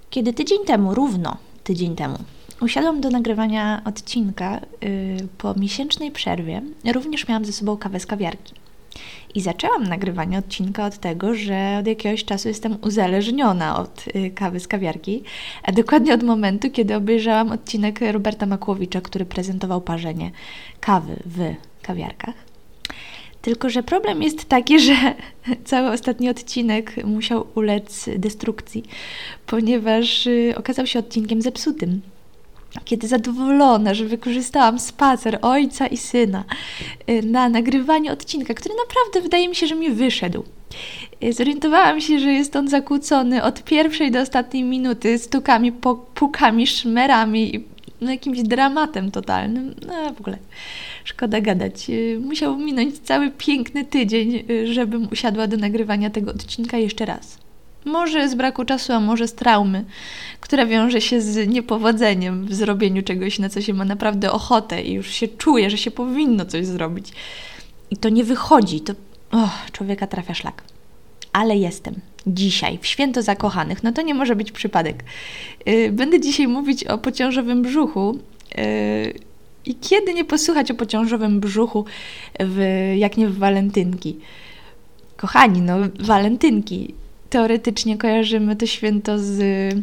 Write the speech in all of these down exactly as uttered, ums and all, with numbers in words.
Kiedy tydzień temu, równo tydzień temu, usiadłam do nagrywania odcinka yy, po miesięcznej przerwie, również miałam ze sobą kawę z kawiarki. I zaczęłam nagrywanie odcinka od tego, że od jakiegoś czasu jestem uzależniona od yy, kawy z kawiarki, a dokładnie od momentu, kiedy obejrzałam odcinek Roberta Makłowicza, który prezentował parzenie kawy w kawiarkach. Tylko że problem jest taki, że cały ostatni odcinek musiał ulec destrukcji, ponieważ y, okazał się odcinkiem zepsutym. Kiedy zadowolona, że wykorzystałam spacer ojca i syna y, na nagrywanie odcinka, który naprawdę wydaje mi się, że mi wyszedł. Y, zorientowałam się, że jest on zakłócony od pierwszej do ostatniej minuty stukami, pukami, szmerami, no jakimś dramatem totalnym. No w ogóle szkoda gadać. Musiał minąć cały piękny tydzień, żebym usiadła do nagrywania tego odcinka jeszcze raz. Może z braku czasu, a może z traumy, która wiąże się z niepowodzeniem w zrobieniu czegoś, na co się ma naprawdę ochotę i już się czuje, że się powinno coś zrobić. I to nie wychodzi, to oh, człowieka trafia szlak. Ale jestem dzisiaj w święto zakochanych, no to nie może być przypadek. Yy, będę dzisiaj mówić o pociążowym brzuchu yy, i kiedy nie posłuchać o pociążowym brzuchu, w, jak nie w walentynki. Kochani, no walentynki. Teoretycznie kojarzymy to święto z,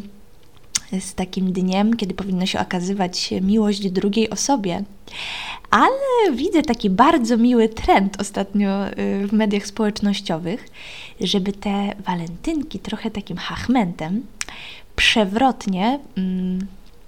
z takim dniem, kiedy powinno się okazywać miłość drugiej osobie. Ale widzę taki bardzo miły trend ostatnio w mediach społecznościowych, żeby te walentynki trochę takim hachmentem przewrotnie mm,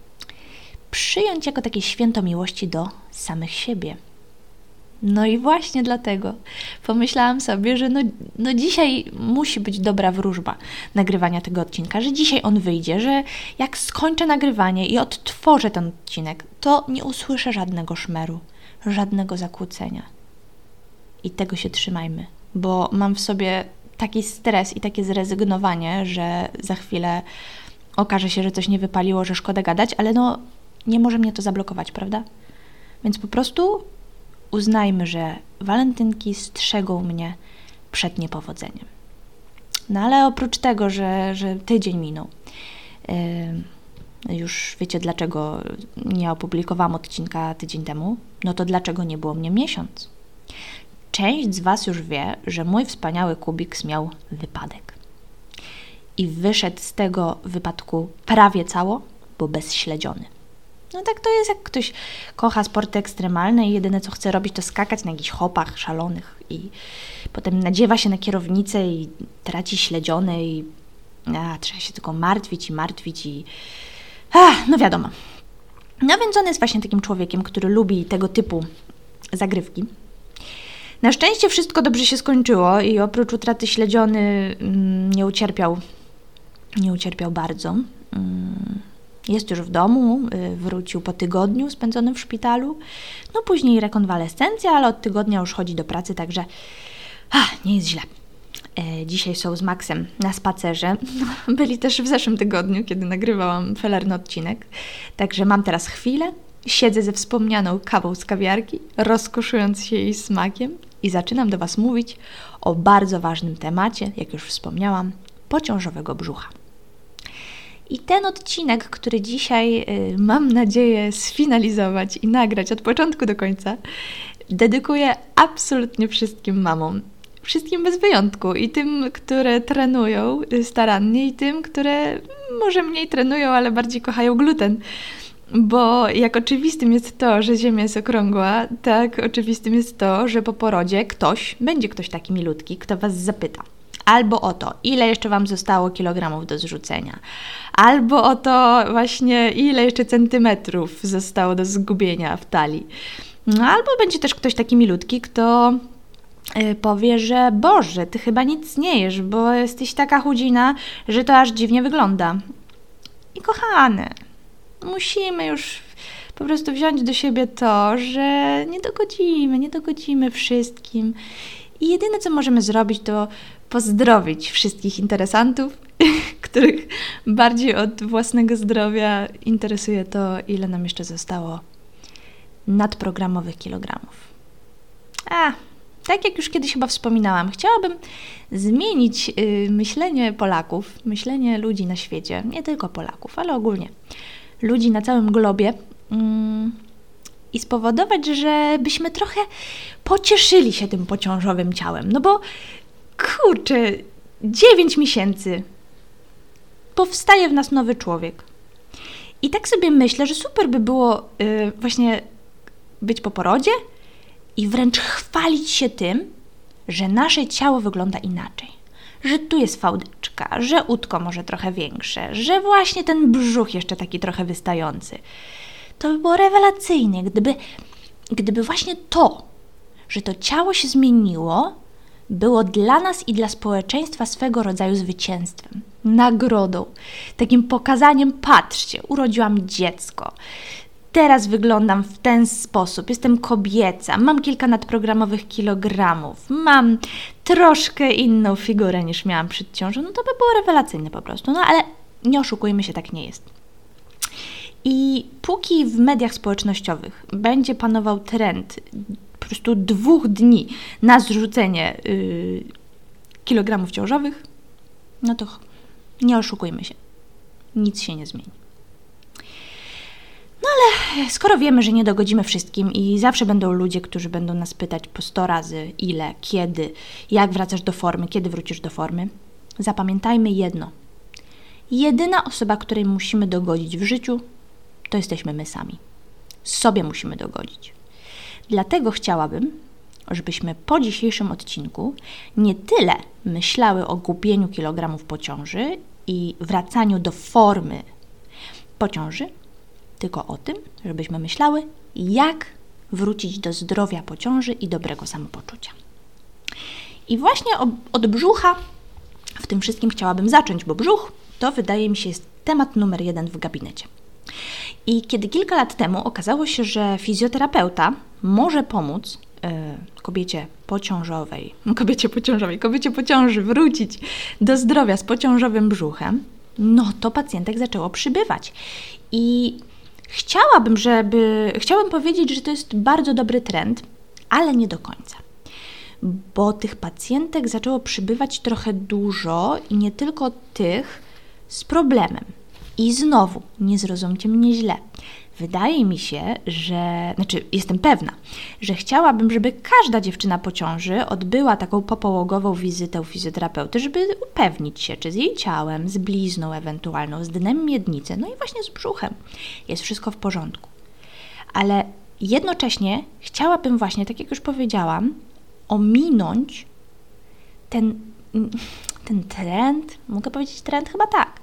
przyjąć jako takie święto miłości do samych siebie. No i właśnie dlatego pomyślałam sobie, że no, no dzisiaj musi być dobra wróżba nagrywania tego odcinka, że dzisiaj on wyjdzie, że jak skończę nagrywanie i odtworzę ten odcinek, to nie usłyszę żadnego szmeru, żadnego zakłócenia. I tego się trzymajmy, bo mam w sobie taki stres i takie zrezygnowanie, że za chwilę okaże się, że coś nie wypaliło, że szkoda gadać, ale no nie może mnie to zablokować, prawda? Więc po prostu uznajmy, że walentynki strzegą mnie przed niepowodzeniem. No ale oprócz tego, że, że tydzień minął, yy, już wiecie dlaczego nie opublikowałam odcinka tydzień temu, no to dlaczego nie było mnie miesiąc? Część z Was już wie, że mój wspaniały Kubiks miał wypadek. I wyszedł z tego wypadku prawie cało, bo bezśledziony. No tak to jest, jak ktoś kocha sporty ekstremalne i jedyne co chce robić to skakać na jakichś hopach szalonych i potem nadziewa się na kierownicę i traci śledzione i a, trzeba się tylko martwić i martwić i a, no wiadomo. No więc on jest właśnie takim człowiekiem, który lubi tego typu zagrywki. Na szczęście wszystko dobrze się skończyło i oprócz utraty śledziony mm, nie ucierpiał, nie ucierpiał bardzo. Mm. Jest już w domu, wrócił po tygodniu spędzonym w szpitalu. No później rekonwalescencja, ale od tygodnia już chodzi do pracy, także ach, nie jest źle. E, dzisiaj są z Maxem na spacerze. Byli też w zeszłym tygodniu, kiedy nagrywałam felerny odcinek. Także mam teraz chwilę, siedzę ze wspomnianą kawą z kawiarki, rozkoszując się jej smakiem i zaczynam do Was mówić o bardzo ważnym temacie, jak już wspomniałam, pociążowego brzucha. I ten odcinek, który dzisiaj y, mam nadzieję sfinalizować i nagrać od początku do końca, dedykuję absolutnie wszystkim mamom. Wszystkim bez wyjątku. I tym, które trenują starannie i tym, które może mniej trenują, ale bardziej kochają gluten. Bo jak oczywistym jest to, że Ziemia jest okrągła, tak oczywistym jest to, że po porodzie ktoś, będzie ktoś taki milutki, kto Was zapyta. Albo o to, ile jeszcze Wam zostało kilogramów do zrzucenia. Albo o to właśnie, ile jeszcze centymetrów zostało do zgubienia w talii. No, albo będzie też ktoś taki milutki, kto y, powie, że Boże, Ty chyba nic nie jesz, bo jesteś taka chudzina, że to aż dziwnie wygląda. I kochane, musimy już po prostu wziąć do siebie to, że nie dogodzimy, nie dogodzimy wszystkim. I jedyne, co możemy zrobić, to pozdrowić wszystkich interesantów, których bardziej od własnego zdrowia interesuje to, ile nam jeszcze zostało nadprogramowych kilogramów. A, Tak jak już kiedyś chyba wspominałam, chciałabym zmienić yy, myślenie Polaków, myślenie ludzi na świecie, nie tylko Polaków, ale ogólnie ludzi na całym globie yy, i spowodować, żebyśmy trochę pocieszyli się tym pociążowym ciałem. No bo kurczę, dziewięć miesięcy powstaje w nas nowy człowiek. I tak sobie myślę, że super by było yy, właśnie być po porodzie i wręcz chwalić się tym, że nasze ciało wygląda inaczej. Że tu jest fałdeczka, że udko może trochę większe, że właśnie ten brzuch jeszcze taki trochę wystający. To by było rewelacyjnie, gdyby, gdyby właśnie to, że to ciało się zmieniło, było dla nas i dla społeczeństwa swego rodzaju zwycięstwem, nagrodą, takim pokazaniem, patrzcie, urodziłam dziecko, teraz wyglądam w ten sposób, jestem kobieca, mam kilka nadprogramowych kilogramów, mam troszkę inną figurę niż miałam przed ciążą, no to by było rewelacyjne po prostu, no ale nie oszukujmy się, tak nie jest. I póki w mediach społecznościowych będzie panował trend po prostu dwóch dni na zrzucenie yy, kilogramów ciążowych, no to nie oszukujmy się, nic się nie zmieni. No ale skoro wiemy, że nie dogodzimy wszystkim i zawsze będą ludzie, którzy będą nas pytać po sto razy ile, kiedy, jak wracasz do formy, kiedy wrócisz do formy, zapamiętajmy jedno. Jedyna osoba, której musimy dogodzić w życiu, to jesteśmy my sami. Sobie musimy dogodzić. Dlatego chciałabym, żebyśmy po dzisiejszym odcinku nie tyle myślały o gubieniu kilogramów po ciąży i wracaniu do formy po ciąży, tylko o tym, żebyśmy myślały, jak wrócić do zdrowia po ciąży i dobrego samopoczucia. I właśnie od brzucha w tym wszystkim chciałabym zacząć, bo brzuch to wydaje mi się jest temat numer jeden w gabinecie. I kiedy kilka lat temu okazało się, że fizjoterapeuta może pomóc yy, kobiecie pociążowej, kobiecie pociążowej, kobiecie po ciąży wrócić do zdrowia z pociążowym brzuchem, no to pacjentek zaczęło przybywać. I chciałabym, żeby, chciałabym powiedzieć, że to jest bardzo dobry trend, ale nie do końca. Bo tych pacjentek zaczęło przybywać trochę dużo i nie tylko tych z problemem. I znowu, nie zrozumcie mnie źle. Wydaje mi się, że, znaczy jestem pewna, że chciałabym, żeby każda dziewczyna po ciąży odbyła taką popałogową wizytę u fizjoterapeuty, żeby upewnić się, czy z jej ciałem, z blizną ewentualną, z dnem miednicy, no i właśnie z brzuchem jest wszystko w porządku. Ale jednocześnie chciałabym właśnie, tak jak już powiedziałam, ominąć ten, ten trend, mogę powiedzieć trend? Chyba tak.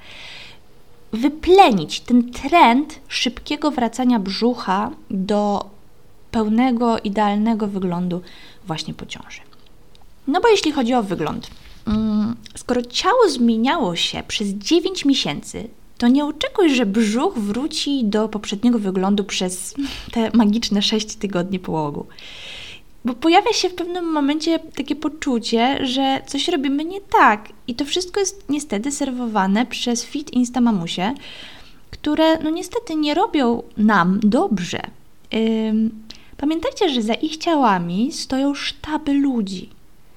Wyplenić ten trend szybkiego wracania brzucha do pełnego, idealnego wyglądu właśnie po ciąży. No bo jeśli chodzi o wygląd, skoro ciało zmieniało się przez dziewięć miesięcy, to nie oczekuj, że brzuch wróci do poprzedniego wyglądu przez te magiczne sześć tygodni połogu. Bo pojawia się w pewnym momencie takie poczucie, że coś robimy nie tak. I to wszystko jest niestety serwowane przez fit insta mamusie, które no niestety nie robią nam dobrze. Ym, pamiętajcie, że za ich ciałami stoją sztaby ludzi.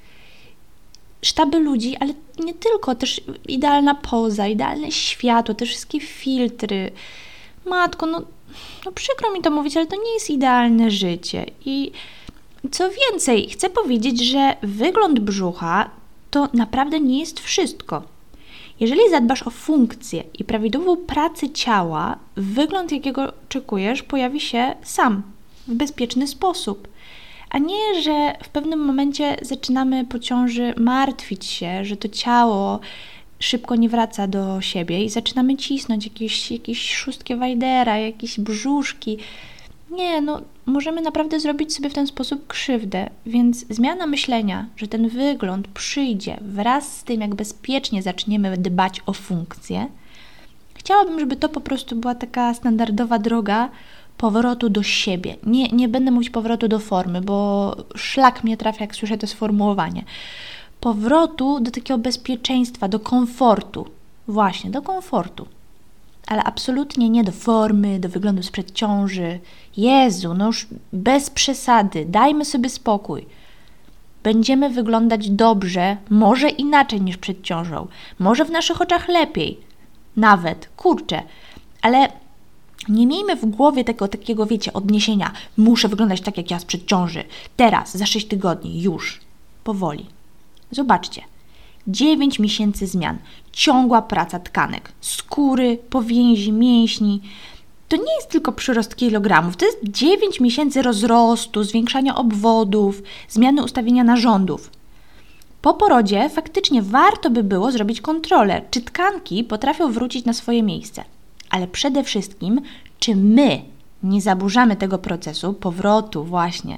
Sztaby ludzi, ale nie tylko, też idealna poza, idealne światło, te wszystkie filtry. Matko, no, no przykro mi to mówić, ale to nie jest idealne życie. I co więcej, chcę powiedzieć, że wygląd brzucha to naprawdę nie jest wszystko. Jeżeli zadbasz o funkcję i prawidłową pracę ciała, wygląd, jakiego oczekujesz, pojawi się sam, w bezpieczny sposób. A nie, że w pewnym momencie zaczynamy po ciąży martwić się, że to ciało szybko nie wraca do siebie i zaczynamy cisnąć jakieś, jakieś szóstkie wajdera, jakieś brzuszki. Nie, no możemy naprawdę zrobić sobie w ten sposób krzywdę, więc zmiana myślenia, że ten wygląd przyjdzie wraz z tym, jak bezpiecznie zaczniemy dbać o funkcję. Chciałabym, żeby to po prostu była taka standardowa droga powrotu do siebie. Nie, nie będę mówić powrotu do formy, bo szlak mnie trafia, jak słyszę to sformułowanie. Powrotu do takiego bezpieczeństwa, do komfortu. Właśnie, do komfortu. Ale absolutnie nie do formy, do wyglądu sprzed ciąży. Jezu, no już bez przesady, dajmy sobie spokój. Będziemy wyglądać dobrze, może inaczej niż przed ciążą, może w naszych oczach lepiej, nawet, kurczę, ale nie miejmy w głowie tego takiego, wiecie, odniesienia, muszę wyglądać tak jak ja sprzed ciąży, teraz, za sześć tygodni, już, powoli. Zobaczcie, dziewięć miesięcy zmian, ciągła praca tkanek, skóry, powięzi, mięśni. To nie jest tylko przyrost kilogramów, to jest dziewięć miesięcy rozrostu, zwiększania obwodów, zmiany ustawienia narządów. Po porodzie faktycznie warto by było zrobić kontrolę, czy tkanki potrafią wrócić na swoje miejsce. Ale przede wszystkim, czy my nie zaburzamy tego procesu powrotu właśnie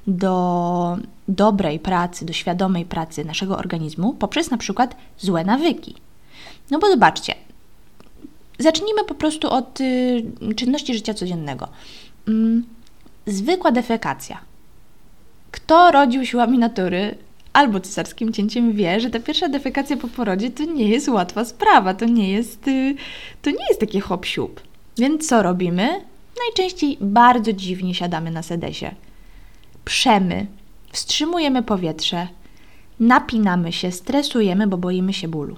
do dobrej pracy, do świadomej pracy naszego organizmu poprzez na przykład złe nawyki. No bo zobaczcie, zacznijmy po prostu od y, czynności życia codziennego. Ym, zwykła defekacja. Kto rodził siłami natury albo cesarskim cięciem wie, że ta pierwsza defekacja po porodzie to nie jest łatwa sprawa, to nie jest, y, to nie jest takie hop-siup. Więc co robimy? Najczęściej bardzo dziwnie siadamy na sedesie. Przemy, wstrzymujemy powietrze, napinamy się, stresujemy, bo boimy się bólu.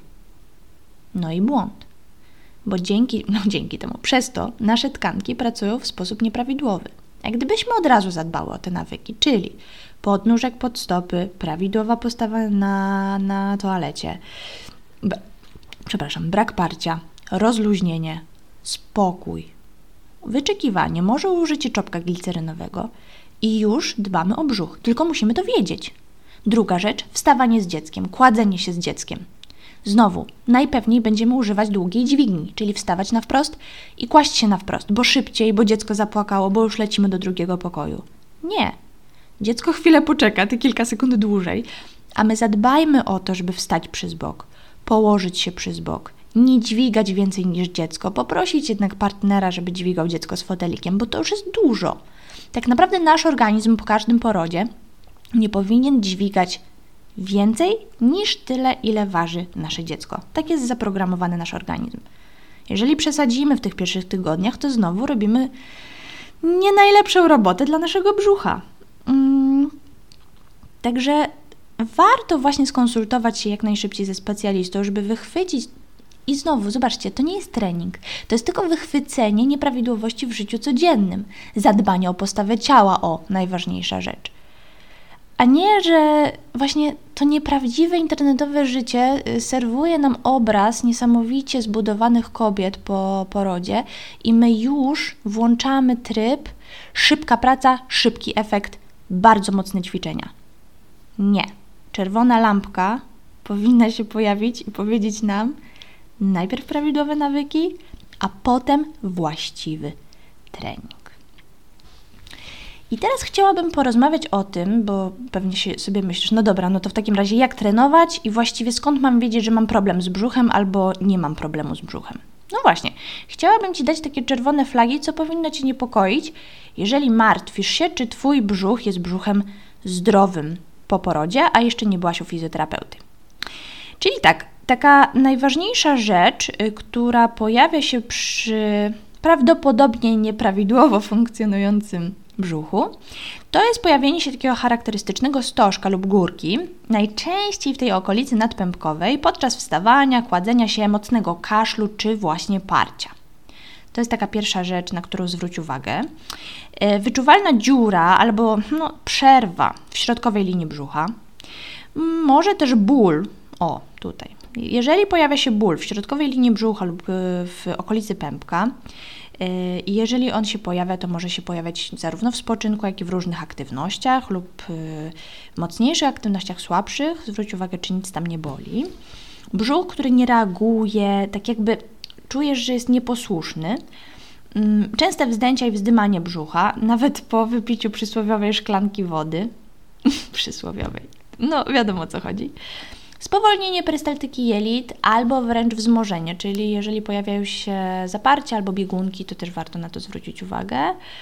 No i błąd. Bo dzięki, no dzięki temu, przez to nasze tkanki pracują w sposób nieprawidłowy. Jak gdybyśmy od razu zadbały o te nawyki, czyli podnóżek pod stopy, prawidłowa postawa na, na toalecie, b- przepraszam, brak parcia, rozluźnienie, spokój, wyczekiwanie, może użycie czopka glicerynowego i już dbamy o brzuch, tylko musimy to wiedzieć. Druga rzecz, wstawanie z dzieckiem, kładzenie się z dzieckiem. Znowu, najpewniej będziemy używać długiej dźwigni, czyli wstawać na wprost i kłaść się na wprost, bo szybciej, bo dziecko zapłakało, bo już lecimy do drugiego pokoju. Nie. Dziecko chwilę poczeka, ty kilka sekund dłużej, a my zadbajmy o to, żeby wstać przez bok, położyć się przez bok, nie dźwigać więcej niż dziecko, poprosić jednak partnera, żeby dźwigał dziecko z fotelikiem, bo to już jest dużo. Tak naprawdę nasz organizm po każdym porodzie nie powinien dźwigać więcej niż tyle, ile waży nasze dziecko. Tak jest zaprogramowany nasz organizm. Jeżeli przesadzimy w tych pierwszych tygodniach, to znowu robimy nie najlepszą robotę dla naszego brzucha. Hmm. Także warto właśnie skonsultować się jak najszybciej ze specjalistą, żeby wychwycić. I znowu, zobaczcie, to nie jest trening. To jest tylko wychwycenie nieprawidłowości w życiu codziennym. Zadbanie o postawę ciała, o, najważniejsza rzecz. A nie, że właśnie to nieprawdziwe internetowe życie serwuje nam obraz niesamowicie zbudowanych kobiet po porodzie i my już włączamy tryb szybka praca, szybki efekt, bardzo mocne ćwiczenia. Nie. Czerwona lampka powinna się pojawić i powiedzieć nam najpierw prawidłowe nawyki, a potem właściwy trening. I teraz chciałabym porozmawiać o tym, bo pewnie się sobie myślisz, no dobra, no to w takim razie jak trenować i właściwie skąd mam wiedzieć, że mam problem z brzuchem albo nie mam problemu z brzuchem. No właśnie, chciałabym Ci dać takie czerwone flagi, co powinno Cię niepokoić, jeżeli martwisz się, czy Twój brzuch jest brzuchem zdrowym po porodzie, a jeszcze nie byłaś u fizjoterapeuty. Czyli tak, taka najważniejsza rzecz, y, która pojawia się przy prawdopodobnie nieprawidłowo funkcjonującym brzuchu, to jest pojawienie się takiego charakterystycznego stożka lub górki, najczęściej w tej okolicy nadpępkowej, podczas wstawania, kładzenia się, mocnego kaszlu czy właśnie parcia. To jest taka pierwsza rzecz, na którą zwróć uwagę. Wyczuwalna dziura albo no, przerwa w środkowej linii brzucha. Może też ból, o tutaj. Jeżeli pojawia się ból w środkowej linii brzucha lub w okolicy pępka, i jeżeli on się pojawia, to może się pojawiać zarówno w spoczynku, jak i w różnych aktywnościach lub mocniejszych aktywnościach, słabszych. Zwróć uwagę, czy nic tam nie boli. Brzuch, który nie reaguje, tak jakby czujesz, że jest nieposłuszny. Częste wzdęcia i wzdymanie brzucha, nawet po wypiciu przysłowiowej szklanki wody. przysłowiowej. No, wiadomo o co chodzi. Spowolnienie perystaltyki jelit albo wręcz wzmożenie, czyli jeżeli pojawiają się zaparcia albo biegunki, to też warto na to zwrócić uwagę.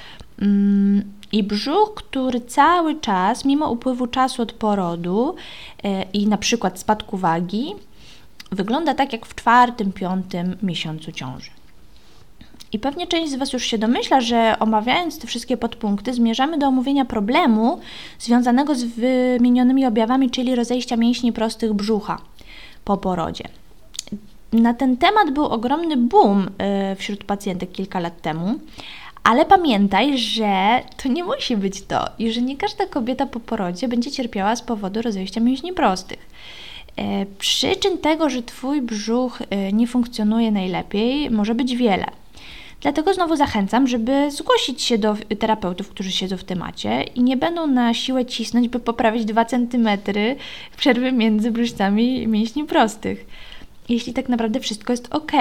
I brzuch, który cały czas, mimo upływu czasu od porodu i na przykład spadku wagi, wygląda tak jak w czwartym, piątym miesiącu ciąży. I pewnie część z Was już się domyśla, że omawiając te wszystkie podpunkty zmierzamy do omówienia problemu związanego z wymienionymi objawami, czyli rozejścia mięśni prostych brzucha po porodzie. Na ten temat był ogromny boom wśród pacjentek kilka lat temu, ale pamiętaj, że to nie musi być to i że nie każda kobieta po porodzie będzie cierpiała z powodu rozejścia mięśni prostych. Przyczyn tego, że Twój brzuch nie funkcjonuje najlepiej, może być wiele. Dlatego znowu zachęcam, żeby zgłosić się do terapeutów, którzy siedzą w temacie i nie będą na siłę cisnąć, by poprawić dwa centymetry przerwy między brzuszcami mięśni prostych, jeśli tak naprawdę wszystko jest ok.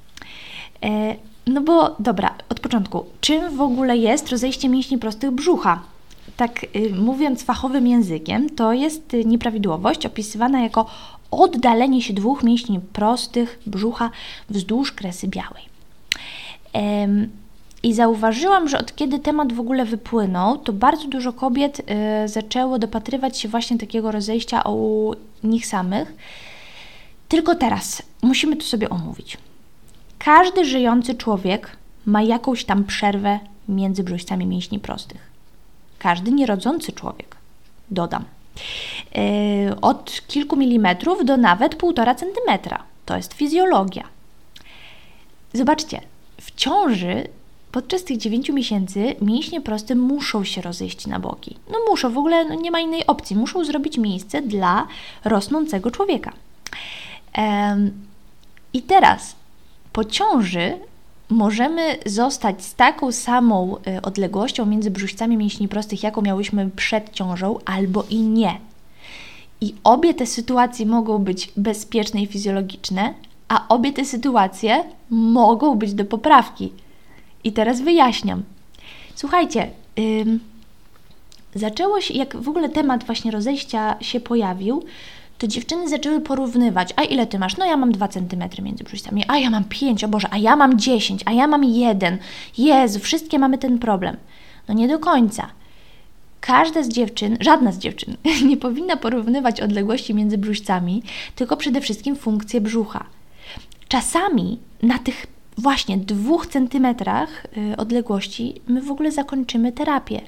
No bo dobra, od początku, czym w ogóle jest rozejście mięśni prostych brzucha? Tak y, mówiąc fachowym językiem, to jest nieprawidłowość opisywana jako oddalenie się dwóch mięśni prostych brzucha wzdłuż kresy białej. Ym, I zauważyłam, że od kiedy temat w ogóle wypłynął, to bardzo dużo kobiet y, zaczęło dopatrywać się właśnie takiego rozejścia u nich samych. Tylko teraz musimy to sobie omówić. Każdy żyjący człowiek ma jakąś tam przerwę między brzuszcami mięśni prostych. Każdy nierodzący człowiek, dodam, yy, od kilku milimetrów do nawet półtora centymetra. To jest fizjologia. Zobaczcie, w ciąży podczas tych dziewięciu miesięcy mięśnie proste muszą się rozejść na boki. No muszą, w ogóle no nie ma innej opcji. Muszą zrobić miejsce dla rosnącego człowieka. Yy, I teraz po ciąży możemy zostać z taką samą odległością między brzuszcami mięśni prostych, jaką miałyśmy przed ciążą, albo i nie. I obie te sytuacje mogą być bezpieczne i fizjologiczne, a obie te sytuacje mogą być do poprawki. I teraz wyjaśniam. Słuchajcie, ym, zaczęło się, jak w ogóle temat właśnie rozejścia się pojawił, to dziewczyny zaczęły porównywać, a ile Ty masz? No ja mam dwa centymetry między brzuszcami, a ja mam pięć, o Boże, a ja mam dziesięć, a ja mam jeden. Jezu, wszystkie mamy ten problem. No nie do końca. Każda z dziewczyn, żadna z dziewczyn nie powinna porównywać odległości między brzuszcami, tylko przede wszystkim funkcję brzucha. Czasami na tych właśnie dwóch centymetrach odległości my w ogóle zakończymy terapię.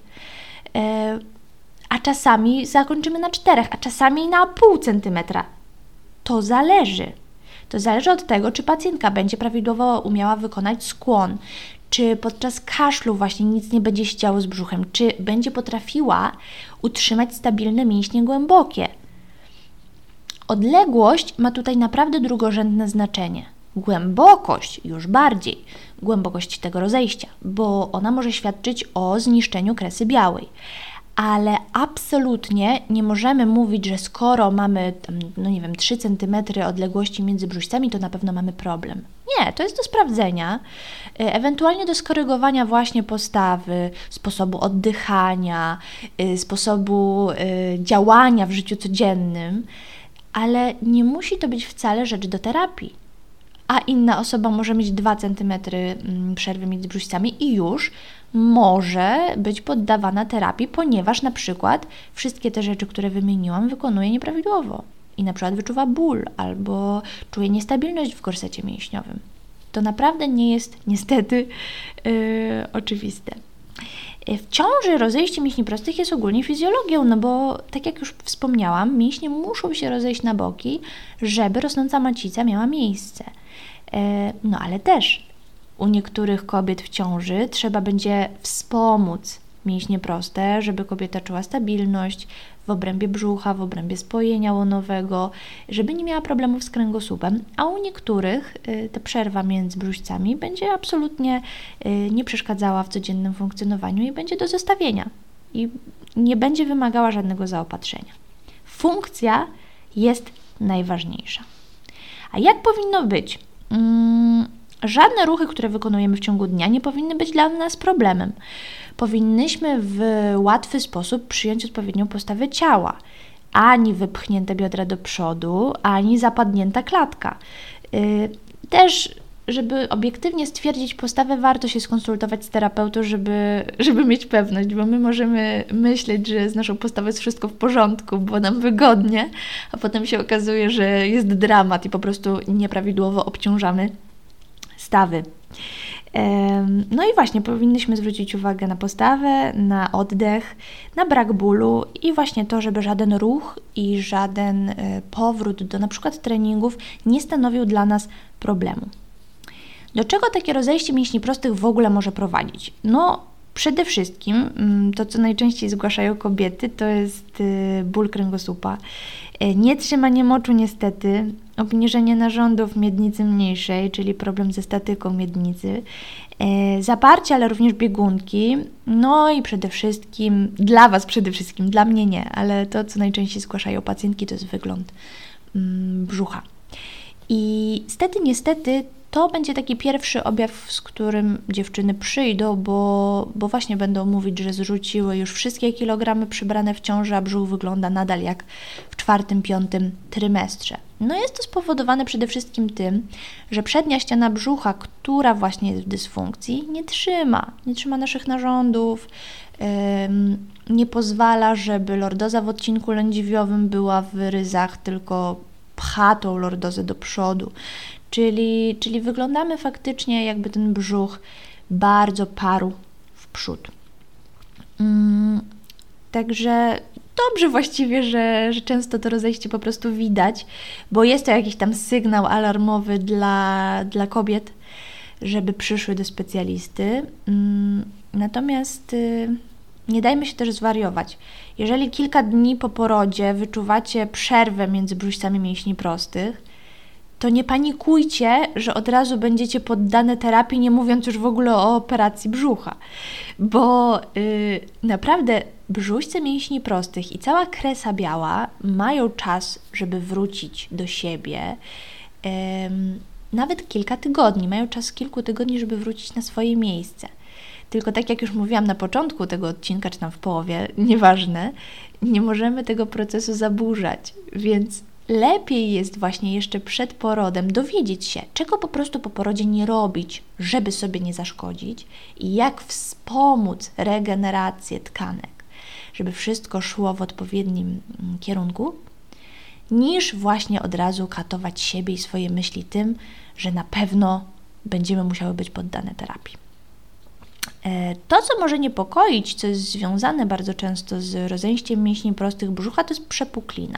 A czasami zakończymy na czterech, a czasami na pół centymetra. To zależy. To zależy od tego, czy pacjentka będzie prawidłowo umiała wykonać skłon, czy podczas kaszlu właśnie nic nie będzie się działo z brzuchem, czy będzie potrafiła utrzymać stabilne mięśnie głębokie. Odległość ma tutaj naprawdę drugorzędne znaczenie. Głębokość już bardziej, głębokość tego rozejścia, bo ona może świadczyć o zniszczeniu kresy białej. Ale absolutnie nie możemy mówić, że skoro mamy, tam, no nie wiem, trzy centymetry odległości między brzuszcami, to na pewno mamy problem. Nie, to jest do sprawdzenia, ewentualnie do skorygowania właśnie postawy, sposobu oddychania, sposobu działania w życiu codziennym, ale nie musi to być wcale rzecz do terapii. A inna osoba może mieć dwa centymetry przerwy między brzuszcami i już może być poddawana terapii, ponieważ na przykład wszystkie te rzeczy, które wymieniłam, wykonuje nieprawidłowo i na przykład wyczuwa ból albo czuje niestabilność w gorsecie mięśniowym. To naprawdę nie jest niestety yy, oczywiste. W ciąży rozejście mięśni prostych jest ogólnie fizjologią, no bo tak jak już wspomniałam, mięśnie muszą się rozejść na boki, żeby rosnąca macica miała miejsce. No ale też u niektórych kobiet w ciąży trzeba będzie wspomóc mięśnie proste, żeby kobieta czuła stabilność w obrębie brzucha, w obrębie spojenia łonowego, żeby nie miała problemów z kręgosłupem, a u niektórych ta przerwa między brzuszcami będzie absolutnie nie przeszkadzała w codziennym funkcjonowaniu i będzie do zostawienia i nie będzie wymagała żadnego zaopatrzenia. Funkcja jest najważniejsza. A jak powinno być? Hmm, żadne ruchy, które wykonujemy w ciągu dnia, nie powinny być dla nas problemem. Powinnyśmy w łatwy sposób przyjąć odpowiednią postawę ciała. Ani wypchnięte biodra do przodu, ani zapadnięta klatka. Yy, też, żeby obiektywnie stwierdzić postawę, warto się skonsultować z terapeutą, żeby, żeby mieć pewność, bo my możemy myśleć, że z naszą postawą jest wszystko w porządku, bo nam wygodnie, a potem się okazuje, że jest dramat i po prostu nieprawidłowo obciążamy stawy. No i właśnie powinnyśmy zwrócić uwagę na postawę, na oddech, na brak bólu i właśnie to, żeby żaden ruch i żaden powrót do na przykład treningów nie stanowił dla nas problemu. Do czego takie rozejście mięśni prostych w ogóle może prowadzić? No przede wszystkim to, co najczęściej zgłaszają kobiety, to jest ból kręgosłupa, nietrzymanie moczu niestety, obniżenie narządów miednicy mniejszej, czyli problem ze statyką miednicy, zaparcie, ale również biegunki, no i przede wszystkim, dla Was przede wszystkim, dla mnie nie, ale to, co najczęściej zgłaszają pacjentki, to jest wygląd mm, brzucha. I stety, niestety, to będzie taki pierwszy objaw, z którym dziewczyny przyjdą, bo, bo właśnie będą mówić, że zrzuciły już wszystkie kilogramy przybrane w ciąży, a brzuch wygląda nadal jak w czwartym, piątym trymestrze. No jest to spowodowane przede wszystkim tym, że przednia ściana brzucha, która właśnie jest w dysfunkcji, nie trzyma, nie trzyma naszych narządów, ym, nie pozwala, żeby lordoza w odcinku lędźwiowym była w ryzach, tylko pcha tą lordozę do przodu. Czyli, czyli wyglądamy faktycznie, jakby ten brzuch bardzo parł w przód. Mm, także dobrze właściwie, że, że często to rozejście po prostu widać, bo jest to jakiś tam sygnał alarmowy dla, dla kobiet, żeby przyszły do specjalisty. Mm, natomiast y, nie dajmy się też zwariować. Jeżeli kilka dni po porodzie wyczuwacie przerwę między brzuszcami mięśni prostych, to nie panikujcie, że od razu będziecie poddane terapii, nie mówiąc już w ogóle o operacji brzucha, bo yy, naprawdę brzuszce mięśni prostych i cała kresa biała mają czas, żeby wrócić do siebie, yy, nawet kilka tygodni, mają czas kilku tygodni, żeby wrócić na swoje miejsce. Tylko tak jak już mówiłam na początku tego odcinka, czy tam w połowie, nieważne, nie możemy tego procesu zaburzać, więc lepiej jest właśnie jeszcze przed porodem dowiedzieć się, czego po prostu po porodzie nie robić, żeby sobie nie zaszkodzić i jak wspomóc regenerację tkanek, żeby wszystko szło w odpowiednim kierunku, niż właśnie od razu katować siebie i swoje myśli tym, że na pewno będziemy musiały być poddane terapii. To, co może niepokoić, co jest związane bardzo często z rozejściem mięśni prostych brzucha, to jest przepuklina.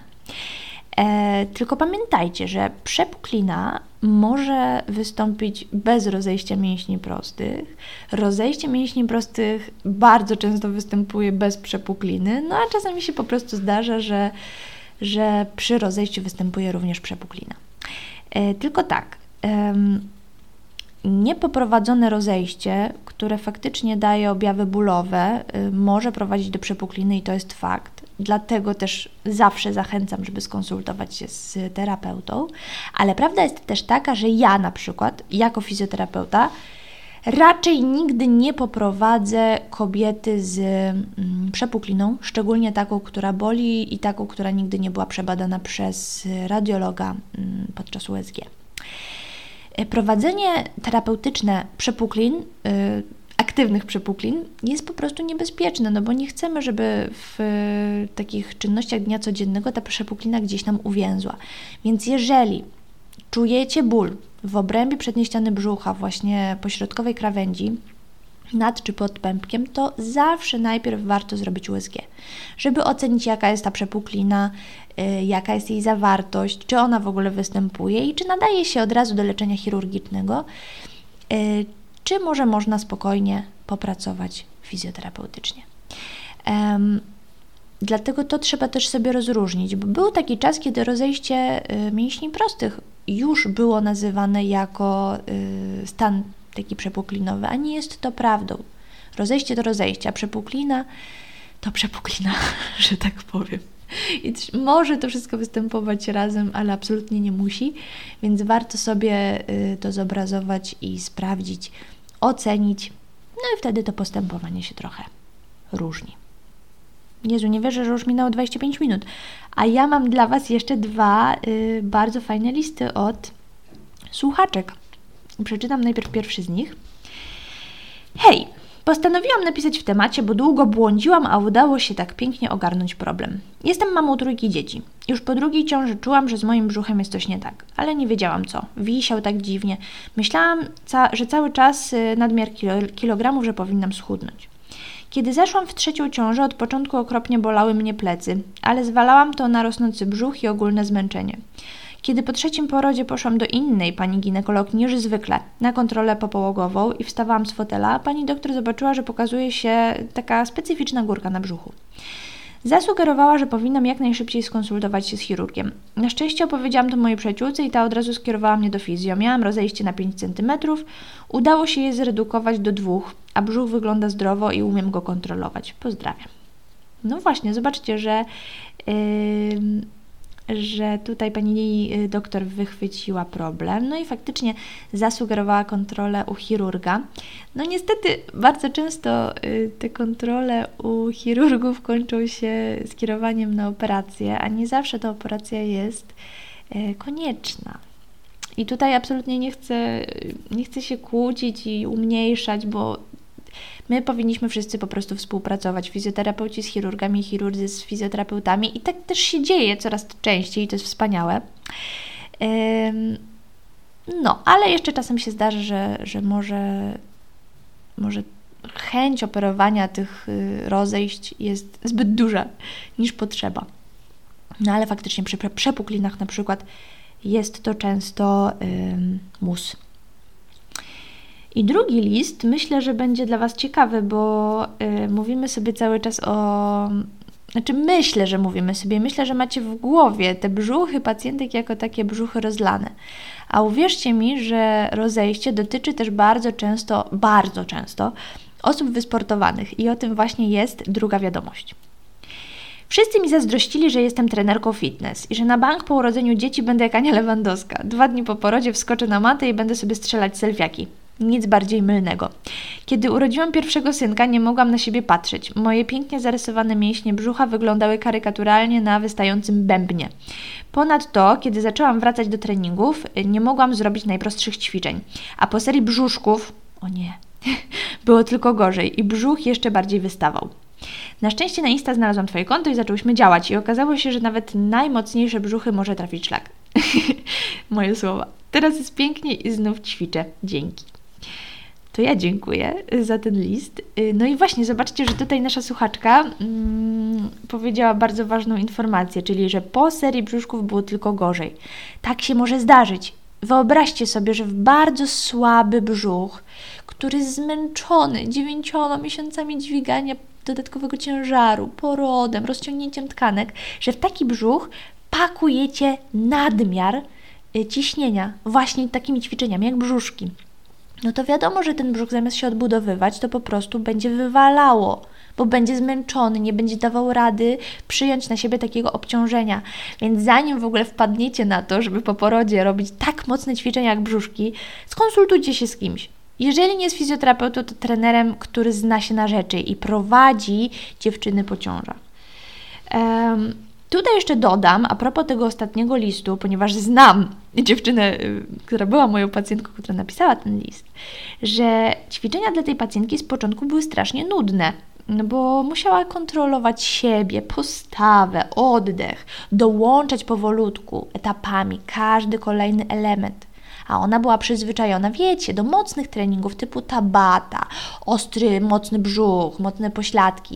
E, tylko pamiętajcie, że przepuklina może wystąpić bez rozejścia mięśni prostych. Rozejście mięśni prostych bardzo często występuje bez przepukliny, no a czasami się po prostu zdarza, że, że przy rozejściu występuje również przepuklina. E, tylko tak, e, niepoprowadzone rozejście, które faktycznie daje objawy bólowe, y, może prowadzić do przepukliny i to jest fakt. Dlatego też zawsze zachęcam, żeby skonsultować się z terapeutą, ale prawda jest też taka, że ja na przykład jako fizjoterapeuta raczej nigdy nie poprowadzę kobiety z mm, przepukliną, szczególnie taką, która boli i taką, która nigdy nie była przebadana przez radiologa mm, podczas U S G. Prowadzenie terapeutyczne przepuklin, y, aktywnych przepuklin jest po prostu niebezpieczne, no bo nie chcemy, żeby w y, takich czynnościach dnia codziennego ta przepuklina gdzieś nam uwięzła. Więc jeżeli czujecie ból w obrębie przedniej ściany brzucha, właśnie pośrodkowej krawędzi, nad czy pod pępkiem, to zawsze najpierw warto zrobić U S G, żeby ocenić, jaka jest ta przepuklina, yy, jaka jest jej zawartość, czy ona w ogóle występuje i czy nadaje się od razu do leczenia chirurgicznego, yy, czy może można spokojnie popracować fizjoterapeutycznie. Um, Dlatego to trzeba też sobie rozróżnić, bo był taki czas, kiedy rozejście yy, mięśni prostych już było nazywane jako yy, stan taki przepuklinowy, a nie jest to prawdą. Rozejście to rozejście, a przepuklina to przepuklina, że tak powiem. I może to wszystko występować razem, ale absolutnie nie musi, więc warto sobie to zobrazować i sprawdzić, ocenić, no i wtedy to postępowanie się trochę różni. Jezu, nie wierzę, że już minęło dwadzieścia pięć minut, a ja mam dla Was jeszcze dwa y, bardzo fajne listy od słuchaczek. Przeczytam najpierw pierwszy z nich. Hej, Postanowiłam napisać w temacie, bo długo błądziłam, a udało się tak pięknie ogarnąć problem. Jestem mamą trójki dzieci. Już po drugiej ciąży czułam, że z moim brzuchem jest coś nie tak, ale nie wiedziałam co. Wisiał tak dziwnie. Myślałam, ca- że cały czas y, nadmiar kilo- kilogramów, że powinnam schudnąć. Kiedy zeszłam w trzecią ciążę, od początku okropnie bolały mnie plecy, ale zwalałam to na rosnący brzuch i ogólne zmęczenie. Kiedy po trzecim porodzie poszłam do innej pani ginekolog niż zwykle na kontrolę popołogową i wstawałam z fotela, pani doktor zobaczyła, że pokazuje się taka specyficzna górka na brzuchu. Zasugerowała, że powinnam jak najszybciej skonsultować się z chirurgiem. Na szczęście opowiedziałam to mojej przyjaciółce i ta od razu skierowała mnie do fizjo. Miałam rozejście na pięć centymetrów, udało się je zredukować do dwóch, a brzuch wygląda zdrowo i umiem go kontrolować. Pozdrawiam. No właśnie, zobaczcie, że... Yy... że tutaj pani doktor wychwyciła problem, no i faktycznie zasugerowała kontrolę u chirurga. No niestety bardzo często te kontrole u chirurgów kończą się skierowaniem na operację, a nie zawsze ta operacja jest konieczna. I tutaj absolutnie nie chcę, nie chcę się kłócić i umniejszać, bo my powinniśmy wszyscy po prostu współpracować, fizjoterapeuci z chirurgami, chirurdzy z fizjoterapeutami i tak też się dzieje coraz częściej i to jest wspaniałe. No, ale jeszcze czasem się zdarza, że, że może, może chęć operowania tych rozejść jest zbyt duża niż potrzeba. No ale faktycznie przy przepuklinach na przykład jest to często ym, mus. I drugi list myślę, że będzie dla Was ciekawy, bo y, mówimy sobie cały czas o... Znaczy myślę, że mówimy sobie, myślę, że macie w głowie te brzuchy pacjentek jako takie brzuchy rozlane. A uwierzcie mi, że rozejście dotyczy też bardzo często, bardzo często osób wysportowanych i o tym właśnie jest druga wiadomość. Wszyscy mi zazdrościli, że jestem trenerką fitness i że na bank po urodzeniu dzieci będę jak Ania Lewandowska. Dwa dni po porodzie wskoczę na matę i będę sobie strzelać selfiaki. Nic bardziej mylnego. Kiedy urodziłam pierwszego synka, nie mogłam na siebie patrzeć. Moje pięknie zarysowane mięśnie brzucha wyglądały karykaturalnie na wystającym bębnie. Ponadto, kiedy zaczęłam wracać do treningów, nie mogłam zrobić najprostszych ćwiczeń. A po serii brzuszków, o nie, było tylko gorzej i brzuch jeszcze bardziej wystawał. Na szczęście na Insta znalazłam Twoje konto i zaczęłyśmy działać i okazało się, że nawet najmocniejsze brzuchy może trafić szlak. Moje słowa. Teraz jest pięknie i znów ćwiczę. Dzięki. To ja dziękuję za ten list. No i właśnie, zobaczcie, że tutaj nasza słuchaczka mm, powiedziała bardzo ważną informację, czyli że po serii brzuszków było tylko gorzej. Tak się może zdarzyć. Wyobraźcie sobie, że w bardzo słaby brzuch, który jest zmęczony dziewięcioma miesiącami dźwigania dodatkowego ciężaru, porodem, rozciągnięciem tkanek, że w taki brzuch pakujecie nadmiar ciśnienia właśnie takimi ćwiczeniami jak brzuszki. No to wiadomo, że ten brzuch zamiast się odbudowywać, to po prostu będzie wywalało, bo będzie zmęczony, nie będzie dawał rady przyjąć na siebie takiego obciążenia. Więc zanim w ogóle wpadniecie na to, żeby po porodzie robić tak mocne ćwiczenia jak brzuszki, skonsultujcie się z kimś. Jeżeli nie jest fizjoterapeutą, to trenerem, który zna się na rzeczy i prowadzi dziewczyny po ciążach. Um, Tutaj jeszcze dodam, a propos tego ostatniego listu, ponieważ znam dziewczynę, która była moją pacjentką, która napisała ten list, że ćwiczenia dla tej pacjentki z początku były strasznie nudne, no bo musiała kontrolować siebie, postawę, oddech, dołączać powolutku, etapami, każdy kolejny element. A ona była przyzwyczajona, wiecie, do mocnych treningów typu tabata, ostry, mocny brzuch, mocne pośladki.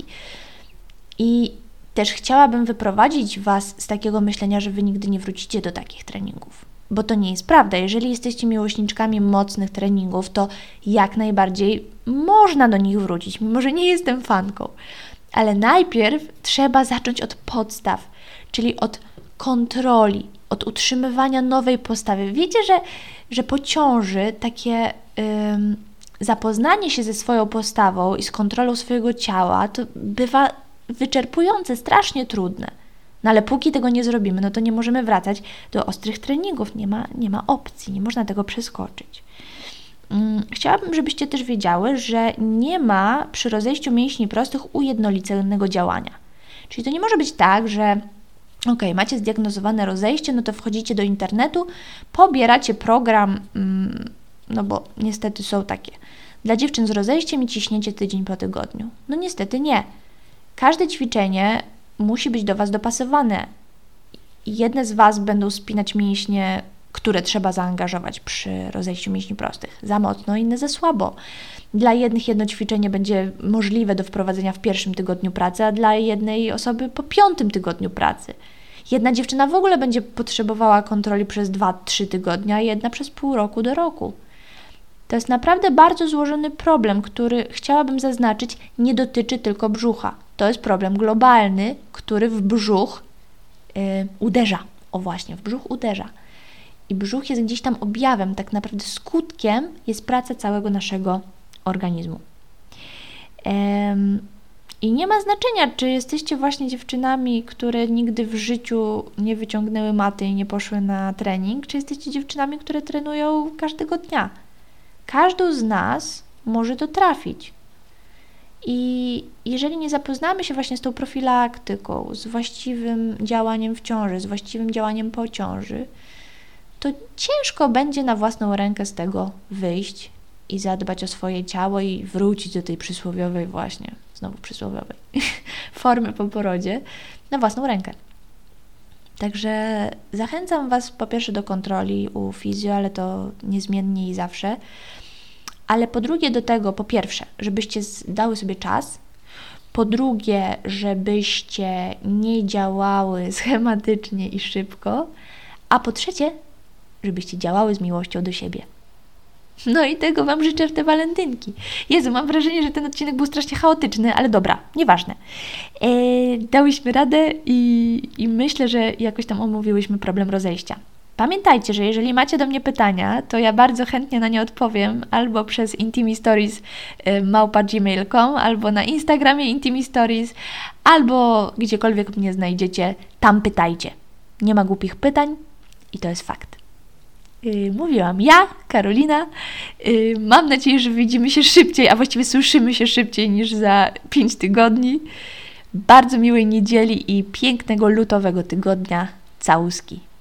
I też chciałabym wyprowadzić Was z takiego myślenia, że Wy nigdy nie wrócicie do takich treningów. Bo to nie jest prawda. Jeżeli jesteście miłośniczkami mocnych treningów, to jak najbardziej można do nich wrócić, mimo że nie jestem fanką. Ale najpierw trzeba zacząć od podstaw, czyli od kontroli, od utrzymywania nowej postawy. Wiecie, że, że po ciąży takie ym, zapoznanie się ze swoją postawą i z kontrolą swojego ciała to bywa wyczerpujące, strasznie trudne. No ale póki tego nie zrobimy, no to nie możemy wracać do ostrych treningów. Nie ma, nie ma opcji, nie można tego przeskoczyć. Hmm, chciałabym, żebyście też wiedziały, że nie ma przy rozejściu mięśni prostych ujednoliconego działania. Czyli to nie może być tak, że ok, macie zdiagnozowane rozejście, no to wchodzicie do internetu, pobieracie program, hmm, no bo niestety są takie Dla dziewczyn z rozejściem i ciśnięcie tydzień po tygodniu. No niestety nie. Każde ćwiczenie musi być do Was dopasowane. Jedne z Was będą spinać mięśnie, które trzeba zaangażować przy rozejściu mięśni prostych. Za mocno, inne za słabo. Dla jednych jedno ćwiczenie będzie możliwe do wprowadzenia w pierwszym tygodniu pracy, a dla jednej osoby po piątym tygodniu pracy. Jedna dziewczyna w ogóle będzie potrzebowała kontroli przez dwa trzy tygodnie, a jedna przez pół roku do roku. To jest naprawdę bardzo złożony problem, który, chciałabym zaznaczyć, nie dotyczy tylko brzucha. To jest problem globalny, który w brzuch yy, uderza. O właśnie, w brzuch uderza. I brzuch jest gdzieś tam objawem, tak naprawdę skutkiem jest praca całego naszego organizmu. Yy, I nie ma znaczenia, czy jesteście właśnie dziewczynami, które nigdy w życiu nie wyciągnęły maty i nie poszły na trening, czy jesteście dziewczynami, które trenują każdego dnia. Każdą z nas może to trafić. I jeżeli nie zapoznamy się właśnie z tą profilaktyką, z właściwym działaniem w ciąży, z właściwym działaniem po ciąży, to ciężko będzie na własną rękę z tego wyjść i zadbać o swoje ciało i wrócić do tej przysłowiowej właśnie, znowu przysłowiowej, formy po porodzie na własną rękę. Także zachęcam Was po pierwsze do kontroli u fizjo, ale to niezmiennie i zawsze. Ale po drugie do tego, po pierwsze, żebyście dały sobie czas. Po drugie, żebyście nie działały schematycznie i szybko. A po trzecie, żebyście działały z miłością do siebie. No i tego Wam życzę w te walentynki. Jezu, mam wrażenie, że ten odcinek był strasznie chaotyczny, ale dobra, nieważne. Eee, dałyśmy radę i, i myślę, że jakoś tam omówiłyśmy problem rozejścia. Pamiętajcie, że jeżeli macie do mnie pytania, to ja bardzo chętnie na nie odpowiem albo przez Intimi Stories małpa gmail kropka com, albo na Instagramie Intimi Stories, albo gdziekolwiek mnie znajdziecie, tam pytajcie. Nie ma głupich pytań i to jest fakt. Yy, mówiłam ja, Karolina. Yy, mam nadzieję, że widzimy się szybciej, a właściwie słyszymy się szybciej niż za pięć tygodni. Bardzo miłej niedzieli i pięknego lutowego tygodnia. Całuski.